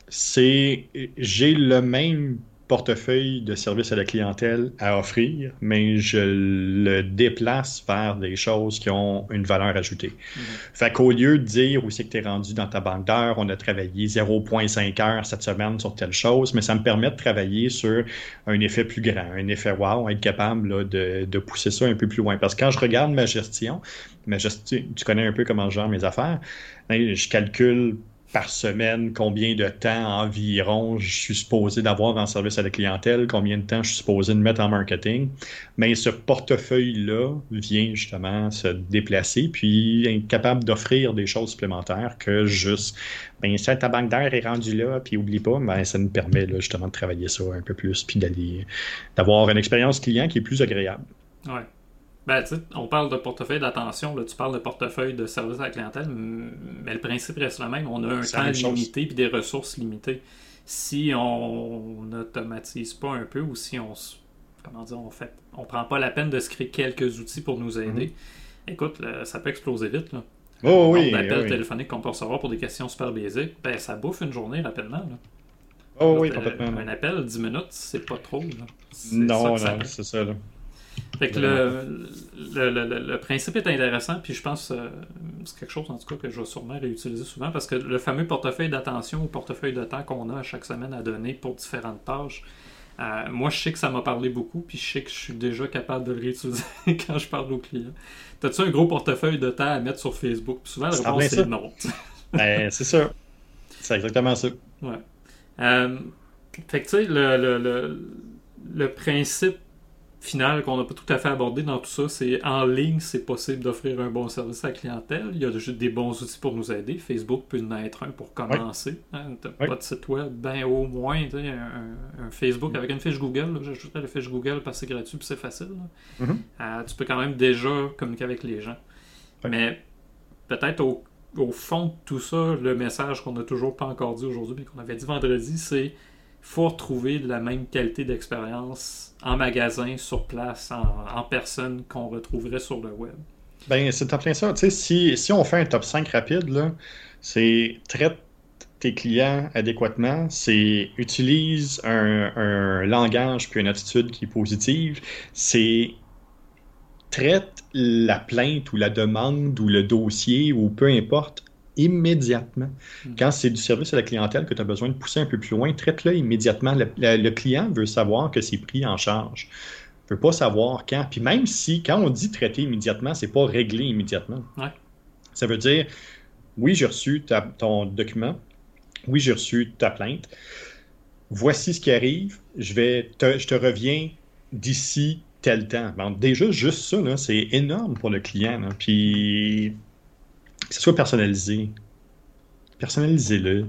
J'ai le même portefeuille de services à la clientèle à offrir, mais je le déplace vers des choses qui ont une valeur ajoutée. Mm-hmm. Fait qu'au lieu de dire où c'est que tu es rendu dans ta banque d'heures, on a travaillé 0,5 heures cette semaine sur telle chose, mais ça me permet de travailler sur un effet plus grand, un effet wow, être capable là, de pousser ça un peu plus loin. Parce que quand je regarde ma gestion, tu connais un peu comment je gère mes affaires, je calcule par semaine, combien de temps environ je suis supposé d'avoir en service à la clientèle, combien de temps je suis supposé de mettre en marketing. Mais ce portefeuille-là vient justement se déplacer puis être capable d'offrir des choses supplémentaires que juste, ça, ta banque d'heures est rendue là, puis oublie pas, ça nous permet là, justement de travailler ça un peu plus puis d'avoir une expérience client qui est plus agréable. Ouais. On parle de portefeuille d'attention, là, tu parles de portefeuille de service à la clientèle, mais le principe reste le même. On a un temps limité et des ressources limitées. Si on n'automatise pas un peu ou si on prend pas la peine de se créer quelques outils pour nous aider, écoute, ça peut exploser vite. Là. L'appel téléphonique qu'on peut recevoir pour des questions super basiques, ça bouffe une journée rapidement. Là. Complètement. Un appel, 10 minutes, c'est pas trop. Là. Non, c'est ça. Là. Fait que le principe est intéressant, puis je pense que c'est quelque chose en tout cas que je vais sûrement réutiliser souvent parce que le fameux portefeuille d'attention ou portefeuille de temps qu'on a à chaque semaine à donner pour différentes tâches, moi je sais que ça m'a parlé beaucoup, puis je sais que je suis déjà capable de le réutiliser quand je parle aux clients. T'as-tu un gros portefeuille de temps à mettre sur Facebook? Puis souvent la réponse c'est non. C'est ça. C'est exactement ça. Ouais. Fait que tu sais, le principe final qu'on n'a pas tout à fait abordé dans tout ça, c'est en ligne, c'est possible d'offrir un bon service à la clientèle. Il y a des bons outils pour nous aider. Facebook peut en être un pour commencer. Tu n'as pas de site web, au moins un Facebook avec une fiche Google. J'ajouterais la fiche Google parce que c'est gratuit et c'est facile. Tu peux quand même déjà communiquer avec les gens. Mais peut-être au fond de tout ça, le message qu'on n'a toujours pas encore dit aujourd'hui, mais qu'on avait dit vendredi, c'est faut retrouver de la même qualité d'expérience en magasin, sur place, en personne qu'on retrouverait sur le web. Ben, c'est en plein ça. Tu sais, si on fait un top 5 rapide, là, c'est traite tes clients adéquatement, c'est utilise un langage puis une attitude qui est positive, c'est traite la plainte ou la demande ou le dossier ou peu importe immédiatement. Quand c'est du service à la clientèle que tu as besoin de pousser un peu plus loin, traite-le immédiatement. Le client veut savoir que c'est pris en charge. Il ne veut pas savoir quand. Puis même si, quand on dit traiter immédiatement, c'est pas régler immédiatement. Ouais. Ça veut dire, oui, j'ai reçu ton document. Oui, j'ai reçu ta plainte. Voici ce qui arrive. Je te reviens d'ici tel temps. Bon, déjà, juste ça, là, c'est énorme pour le client. Là. Puis, que ce soit personnalisé, personnalisez-le.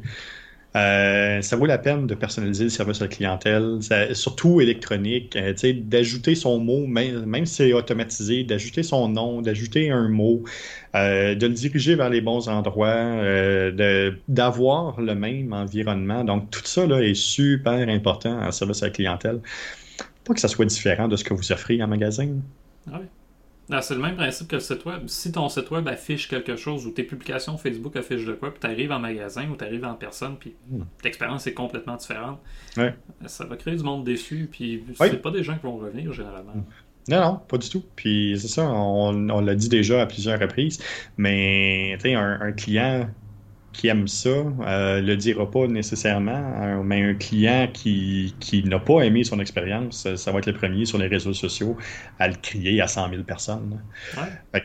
Ça vaut la peine de personnaliser le service à la clientèle, surtout électronique, d'ajouter son mot, même si c'est automatisé, d'ajouter son nom, d'ajouter un mot, de le diriger vers les bons endroits, d'avoir le même environnement. Donc, tout ça là, est super important en service à la clientèle. Pas que ça soit différent de ce que vous offrez en magasin. Ouais. Non, c'est le même principe que le site web. Si ton site web affiche quelque chose ou tes publications Facebook affichent de quoi, puis tu arrives en magasin ou tu arrives en personne, puis l'expérience est complètement différente, ouais. Ça va créer du monde déçu, puis oui. C'est pas des gens qui vont revenir généralement. Non, pas du tout. Puis c'est ça, on l'a dit déjà à plusieurs reprises, mais tu sais, un client qui aime ça le dira pas nécessairement, mais un client qui n'a pas aimé son expérience, ça va être le premier sur les réseaux sociaux à le crier à 100 000 personnes. Ouais.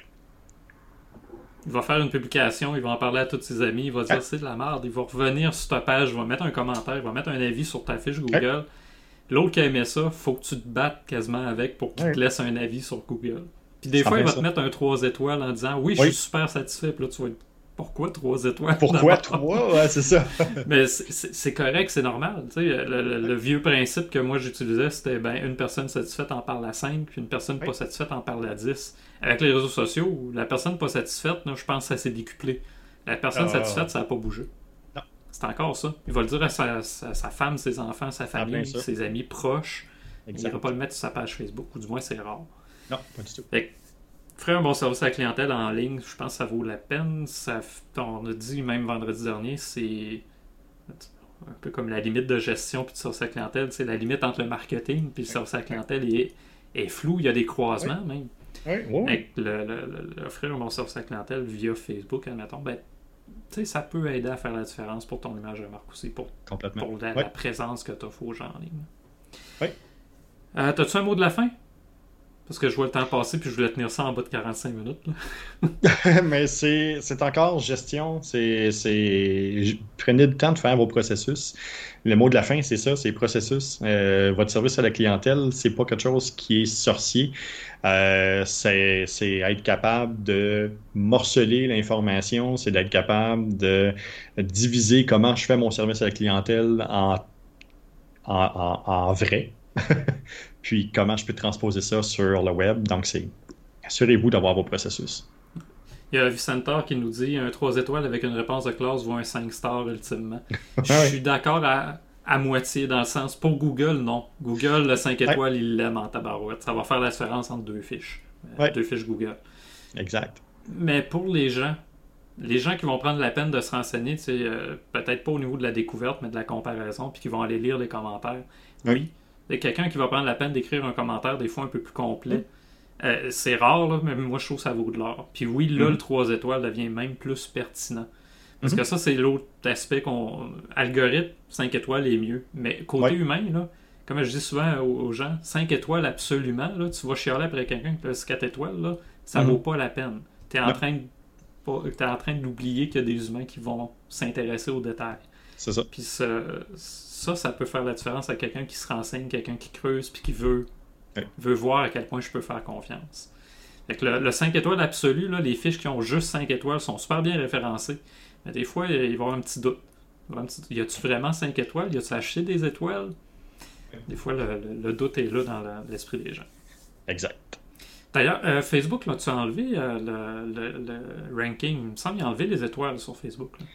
Il va faire une publication, il va en parler à tous ses amis, il va dire c'est de la merde, il va revenir sur ta page, il va mettre un commentaire, il va mettre un avis sur ta fiche Google. L'autre qui a aimé ça, faut que tu te battes quasiment avec pour qu'il te laisse un avis sur Google. Puis des fois, il va te mettre un 3 étoiles en disant oui, je suis super satisfait, puis là tu vas être pourquoi 3 étoiles? Pourquoi 3? Ouais, c'est ça. Mais c'est correct, c'est normal. Tu sais, le vieux principe que moi j'utilisais, c'était une personne satisfaite en parle à 5, puis une personne pas satisfaite en parle à 10. Avec les réseaux sociaux, la personne pas satisfaite, là, je pense que ça s'est décuplé. La personne satisfaite, ça n'a pas bougé. Non. C'est encore ça. Il va le dire à sa femme, ses enfants, sa famille, ses amis proches. Exact. Il n'ira pas le mettre sur sa page Facebook, ou du moins c'est rare. Non, pas du tout. Faire un bon service à la clientèle en ligne, je pense que ça vaut la peine. On a dit même vendredi dernier, c'est un peu comme la limite de gestion puis de service à la clientèle. C'est la limite entre le marketing puis le service à la clientèle est floue. Il y a des croisements même. Avec offrir un bon service à la clientèle via Facebook, admettons, ça peut aider à faire la différence pour ton image de marque aussi, pour la présence que tu offres aux gens en ligne. Oui. T'as-tu un mot de la fin? Parce que je vois le temps passer puis je voulais tenir ça en bas de 45 minutes. Mais c'est encore gestion. Prenez le temps de faire vos processus. Le mot de la fin, c'est ça, c'est processus. Votre service à la clientèle, c'est pas quelque chose qui est sorcier. C'est être capable de morceler l'information, c'est d'être capable de diviser comment je fais mon service à la clientèle en vrai. Puis comment je peux transposer ça sur le web. Donc, assurez-vous d'avoir vos processus. Il y a Vicenter qui nous dit un 3 étoiles avec une réponse de classe vaut un 5 stars ultimement. Je suis d'accord à moitié dans le sens. Pour Google, non. Google, le 5 étoiles, il l'aime en tabarouette. Ça va faire la différence entre deux fiches. Deux fiches Google. Exact. Mais pour les gens qui vont prendre la peine de se renseigner, peut-être pas au niveau de la découverte, mais de la comparaison, puis qui vont aller lire les commentaires. Oui. Quelqu'un qui va prendre la peine d'écrire un commentaire des fois un peu plus complet. C'est rare, là, mais moi je trouve que ça vaut de l'or. Puis oui, là, le 3 étoiles devient même plus pertinent. Parce que ça, c'est l'autre aspect algorithme, 5 étoiles est mieux. Mais côté humain, là, comme je dis souvent aux gens, 5 étoiles absolument, là, tu vas chialer après quelqu'un qui a 4 étoiles, là, ça vaut pas la peine. T'es en train d'oublier qu'il y a des humains qui vont s'intéresser aux détails. C'est ça. Puis ça peut faire la différence à quelqu'un qui se renseigne, quelqu'un qui creuse, puis qui veut voir à quel point je peux faire confiance. Fait que le 5 étoiles absolu, là, les fiches qui ont juste 5 étoiles sont super bien référencées. Mais des fois, il va y avoir un petit doute. Y a-tu vraiment 5 étoiles? Y a-tu acheté des étoiles? Des fois, le doute est là dans l'esprit des gens. Exact. D'ailleurs, Facebook, là, tu as enlevé le ranking. Il me semble qu'il a enlevé les étoiles sur Facebook. Là.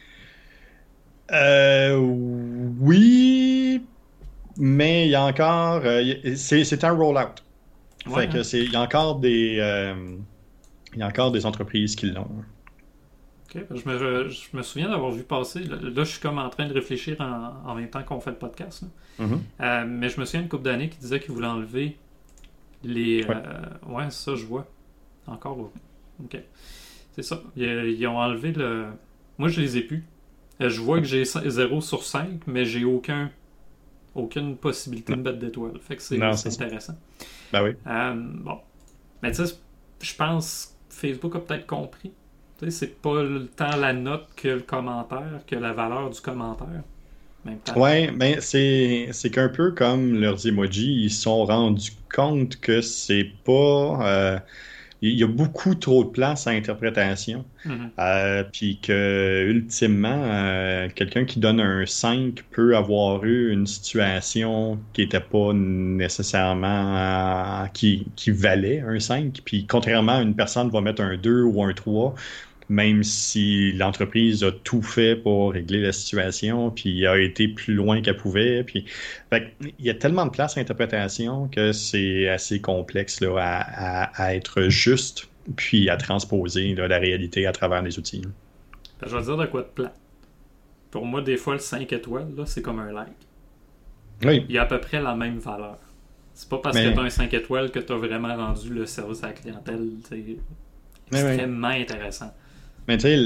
Oui, mais il y a encore... c'est un roll-out. Fait que il y a encore des il y a encore des entreprises qui l'ont. Ok, je me souviens d'avoir vu passer. Là, je suis comme en train de réfléchir en même temps qu'on fait le podcast. Mais je me souviens une couple d'années qui disait qu'ils voulaient enlever les. Ouais. Ouais, ça, je vois. Encore. Ok. C'est ça. Ils ont enlevé le. Moi, je les ai plus. Je vois que j'ai 0 sur 5, mais j'ai aucune possibilité de mettre d'étoiles. Fait que c'est Non, intéressant. Ben oui. Bon. Mais tu sais, je pense que Facebook a peut-être compris. Tu sais, c'est pas tant la note que le commentaire, que la valeur du commentaire. Même temps. Ouais, ben c'est qu'un peu comme leurs emojis, ils se sont rendus compte que c'est pas il y a beaucoup trop de place à interprétation. Mhm. Puis que ultimement, quelqu'un qui donne un 5 peut avoir eu une situation qui n'était pas nécessairement qui valait un 5. Puis contrairement à une personne va mettre un 2 ou un 3, même si l'entreprise a tout fait pour régler la situation, puis a été plus loin qu'elle pouvait. Puis, fait que, il y a tellement de place à l'interprétation que c'est assez complexe là, à être juste, puis à transposer là, la réalité à travers les outils. Fait que je vais dire de quoi de plat. Pour moi, des fois, le 5 étoiles, là, c'est comme un like. Oui, Il y a à peu près la même valeur. C'est pas parce mais, que tu as un 5 étoiles que tu as vraiment rendu le service à la clientèle mais, extrêmement intéressant. mais tu sais,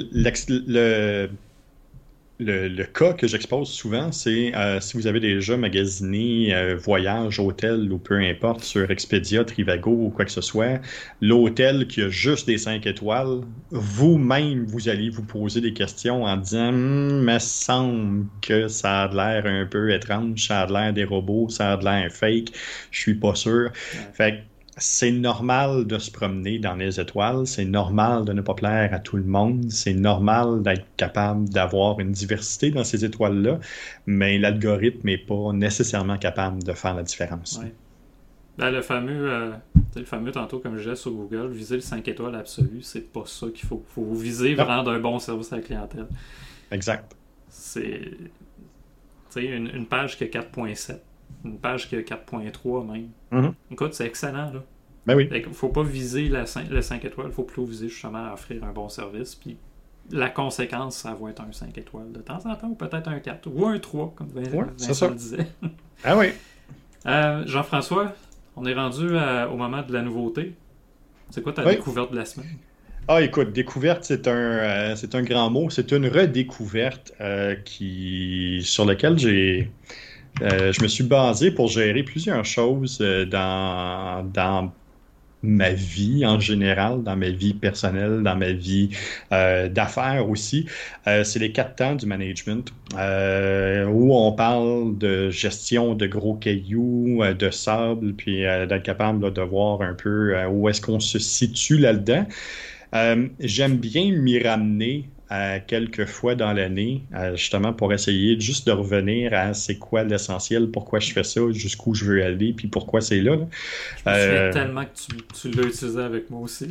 le cas que j'expose souvent, c'est si vous avez déjà magasiné voyage, hôtel ou peu importe sur Expedia, Trivago ou quoi que ce soit, l'hôtel qui a juste des 5 étoiles, vous-même, vous allez vous poser des questions en disant me semble que ça a l'air un peu étrange, ça a l'air des robots, ça a l'air fake, je suis pas sûr. Fait que c'est normal de se promener dans les étoiles, c'est normal de ne pas plaire à tout le monde, c'est normal d'être capable d'avoir une diversité dans ces étoiles-là, mais l'algorithme n'est pas nécessairement capable de faire la différence. Ouais. Ben, le fameux tantôt, comme je disais sur Google, viser le 5 étoiles absolu, c'est pas ça qu'il faut. Il faut viser Non. rendre un bon service à la clientèle. Exact. C'est une page qui a 4.7, une page qui a 4.3 même. Mhm. Écoute, c'est excellent, là. Ben oui. Fait qu'il faut pas viser le 5 étoiles, il faut plutôt viser justement à offrir un bon service. Puis la conséquence, ça va être un 5 étoiles de temps en temps, ou peut-être un 4, ou un 3, comme Vincent le disait. Ah oui. Jean-François, on est rendu au moment de la nouveauté. C'est quoi ta Oui. découverte de la semaine? Ah, écoute, découverte, c'est un grand mot. C'est une redécouverte sur laquelle je me suis basé pour gérer plusieurs choses dans ma vie en général, dans ma vie personnelle, dans ma vie d'affaires aussi. C'est les 4 temps du management, où on parle de gestion de gros cailloux, de sable, puis d'être capable là, de voir un peu où est-ce qu'on se situe là-dedans. J'aime bien m'y ramener quelques fois dans l'année, justement pour essayer juste de revenir à c'est quoi l'essentiel, pourquoi je fais ça, jusqu'où je veux aller, puis pourquoi c'est là. Je me souviens tellement que tu l'as utilisé avec moi aussi.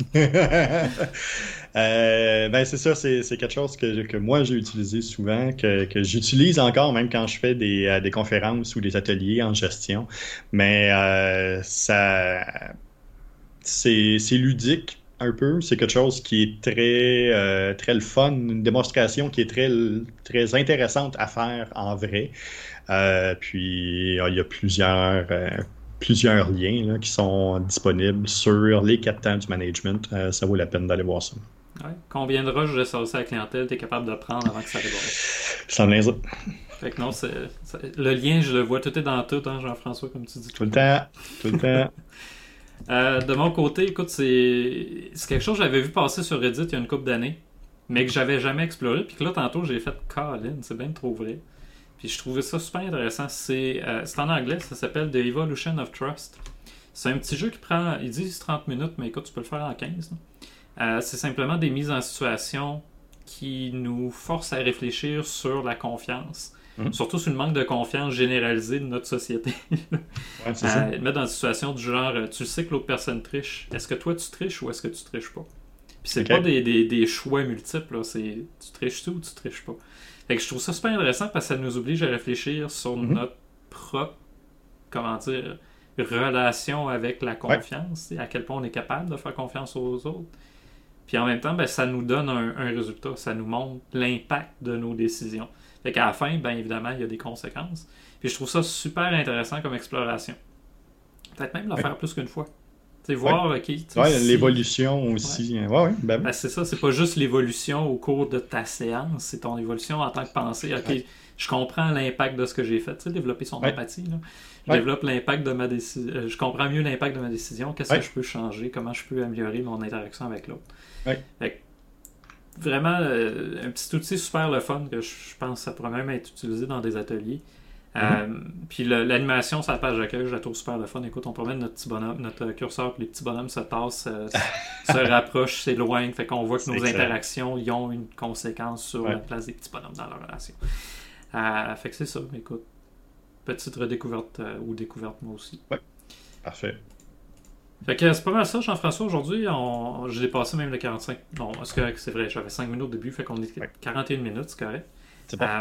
Ben c'est ça, c'est quelque chose que moi j'ai utilisé souvent, que j'utilise encore même quand je fais des conférences ou des ateliers en gestion. Mais c'est ludique un peu. C'est quelque chose qui est très le fun, une démonstration qui est très intéressante à faire en vrai. Puis il y a plusieurs liens là, qui sont disponibles sur les 4 temps du management. Ça vaut la peine d'aller voir ça. Ouais. Combien de rushs de service à la clientèle tu es capable de prendre avant que ça déborde? Ça me ça. Fait que non, le lien, je le vois, tout est dans tout, hein, Jean-François, comme tu dis. Tout le temps. De mon côté, écoute, c'est quelque chose que j'avais vu passer sur Reddit il y a une couple d'années, mais que j'avais jamais exploré, puis que là, tantôt, j'ai fait « Colin, c'est bien trop vrai ». Puis je trouvais ça super intéressant. C'est en anglais, ça s'appelle The Evolution of Trust. C'est un petit jeu qui prend, ils disent 30 minutes, mais écoute, tu peux le faire en 15. C'est simplement des mises en situation qui nous forcent à réfléchir sur la confiance. Surtout sur le manque de confiance généralisé de notre société. Ouais, c'est ça. Mettre dans une situation du genre, tu sais que l'autre personne triche. Est-ce que toi tu triches ou est-ce que tu triches pas? Puis c'est pas des choix multiples, là. C'est tu triches-tu ou tu triches pas? Fait que je trouve ça super intéressant parce que ça nous oblige à réfléchir sur notre propre, comment dire, relation avec la confiance, à quel point on est capable de faire confiance aux autres. Puis en même temps, ben, ça nous donne un résultat, ça nous montre l'impact de nos décisions. Fait qu'à la fin, bien évidemment, il y a des conséquences. Puis je trouve ça super intéressant comme exploration. Peut-être même le faire plus qu'une fois. Tu sais, voir, OK... l'évolution aussi. Ben, c'est ça, c'est pas juste l'évolution au cours de ta séance, c'est ton évolution en tant que pensée. OK, je comprends l'impact de ce que j'ai fait. Tu sais, développer son empathie, là. Je développe l'impact de ma décision. Je comprends mieux l'impact de ma décision. Qu'est-ce que je peux changer? Comment je peux améliorer mon interaction avec l'autre? Fait que, vraiment, un petit outil super le fun que je pense que ça pourrait même être utilisé dans des ateliers. Puis l'animation sur la page d'accueil, je la trouve super le fun. Écoute, on promène notre petit bonhomme, notre curseur, puis les petits bonhommes se tassent, se rapprochent, s'éloignent. Fait qu'on voit que nos interactions y ont une conséquence sur la place des petits bonhommes dans leur relation. Fait que c'est ça, écoute. Petite redécouverte ou découverte, moi aussi. Oui, parfait. Fait que c'est pas mal ça, Jean-François. Aujourd'hui, j'ai dépassé même le 45. Non, c'est correct, c'est vrai, j'avais 5 minutes au début, fait qu'on est 41 minutes, c'est correct. C'est bon.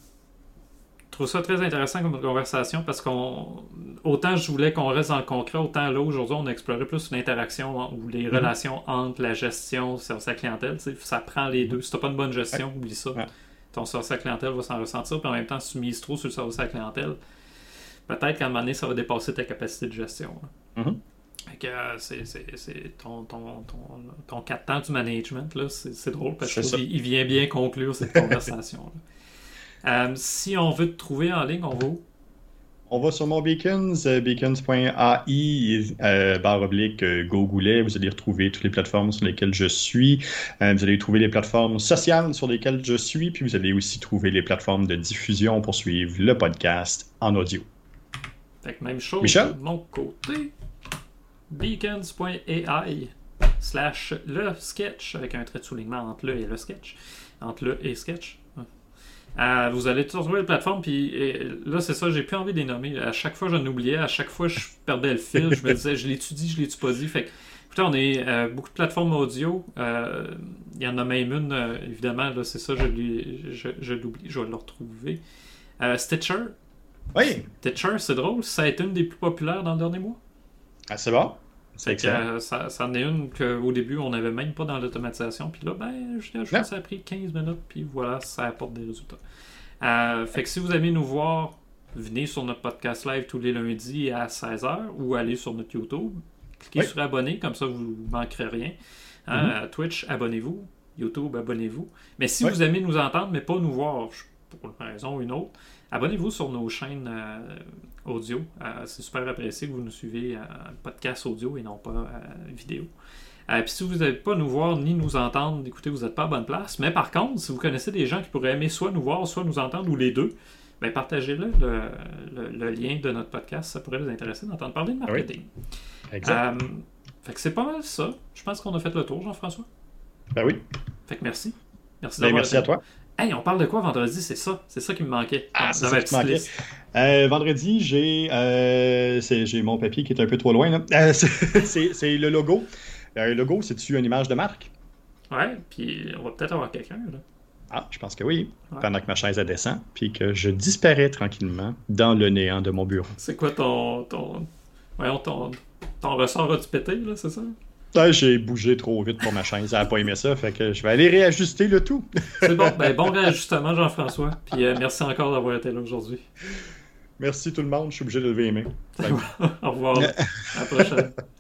Je trouve ça très intéressant comme conversation parce autant je voulais qu'on reste dans le concret, autant là aujourd'hui on a exploré plus l'interaction ou les relations entre la gestion, service à la clientèle. Ça prend les deux. Si t'as pas une bonne gestion, oublie ça. Ton service à la clientèle va s'en ressentir. Puis en même temps, si tu mises trop sur le service à la clientèle, peut-être qu'à un moment donné, ça va dépasser ta capacité de gestion. Fait que c'est ton 4 temps du management, là, c'est drôle parce qu'il vient bien conclure cette conversation-là. Si on veut te trouver en ligne, on va où? On va sur mon Beacons, beacons.ai, /Gogoulet. Vous allez retrouver toutes les plateformes sur lesquelles je suis. Vous allez trouver les plateformes sociales sur lesquelles je suis. Puis vous allez aussi trouver les plateformes de diffusion pour suivre le podcast en audio. Fait que même chose Michel? de mon côté. beacons.ai /le sketch avec un trait de soulignement entre le et le sketch. Entre le et sketch. Vous allez tous retrouver les plateformes, puis là c'est ça, j'ai plus envie de les nommer. À chaque fois je n'oubliais, à chaque fois je perdais le fil, je me disais je l'ai-tu pas dit. Fait que, écoutez, on est beaucoup de plateformes audio. Il y en a même une, évidemment, là c'est ça, je l'oublie, je vais le retrouver. Stitcher. Oui. Stitcher, c'est drôle, ça a été une des plus populaires dans le dernier mois. Ah, c'est bon. C'est que ça en est une qu'au début on n'avait même pas dans l'automatisation, puis là je pense que ça a pris 15 minutes, puis voilà, ça apporte des résultats. Fait que si vous aimez nous voir, venez sur notre podcast live tous les lundis à 16h ou allez sur notre YouTube, cliquez sur abonner, comme ça vous ne manquerez rien. Twitch, abonnez-vous. YouTube, abonnez-vous. Mais si vous aimez nous entendre mais pas nous voir, pour une raison ou une autre, abonnez-vous sur nos chaînes audio. C'est super apprécié que vous nous suivez podcast audio et non pas vidéo. Puis si vous n'allez pas nous voir ni nous entendre, écoutez, vous n'êtes pas à bonne place. Mais par contre, si vous connaissez des gens qui pourraient aimer soit nous voir, soit nous entendre, ou les deux, ben partagez-le, le lien de notre podcast. Ça pourrait les intéresser d'entendre parler de marketing. Oui. Exact. Fait que c'est pas mal ça. Je pense qu'on a fait le tour, Jean-François. Ben oui. Fait que merci. Merci à toi. Hey, on parle de quoi vendredi? C'est ça qui me manquait. C'est ça qui me manquait. Vendredi, j'ai mon papier qui est un peu trop loin. Là. C'est le logo. Le logo, c'est-tu une image de marque? Ouais, puis on va peut-être avoir quelqu'un, là. Ah, je pense que oui. Pendant que ma chaise descend, puis que je disparais tranquillement dans le néant de mon bureau. C'est quoi ton ressort a-tu pété, là, c'est ça? J'ai bougé trop vite pour ma chaise, elle n'a pas aimé ça, fait que je vais aller réajuster le tout. C'est bon, bon réajustement Jean-François, puis merci encore d'avoir été là aujourd'hui. Merci tout le monde, je suis obligé de lever les mains. Au revoir, à la prochaine.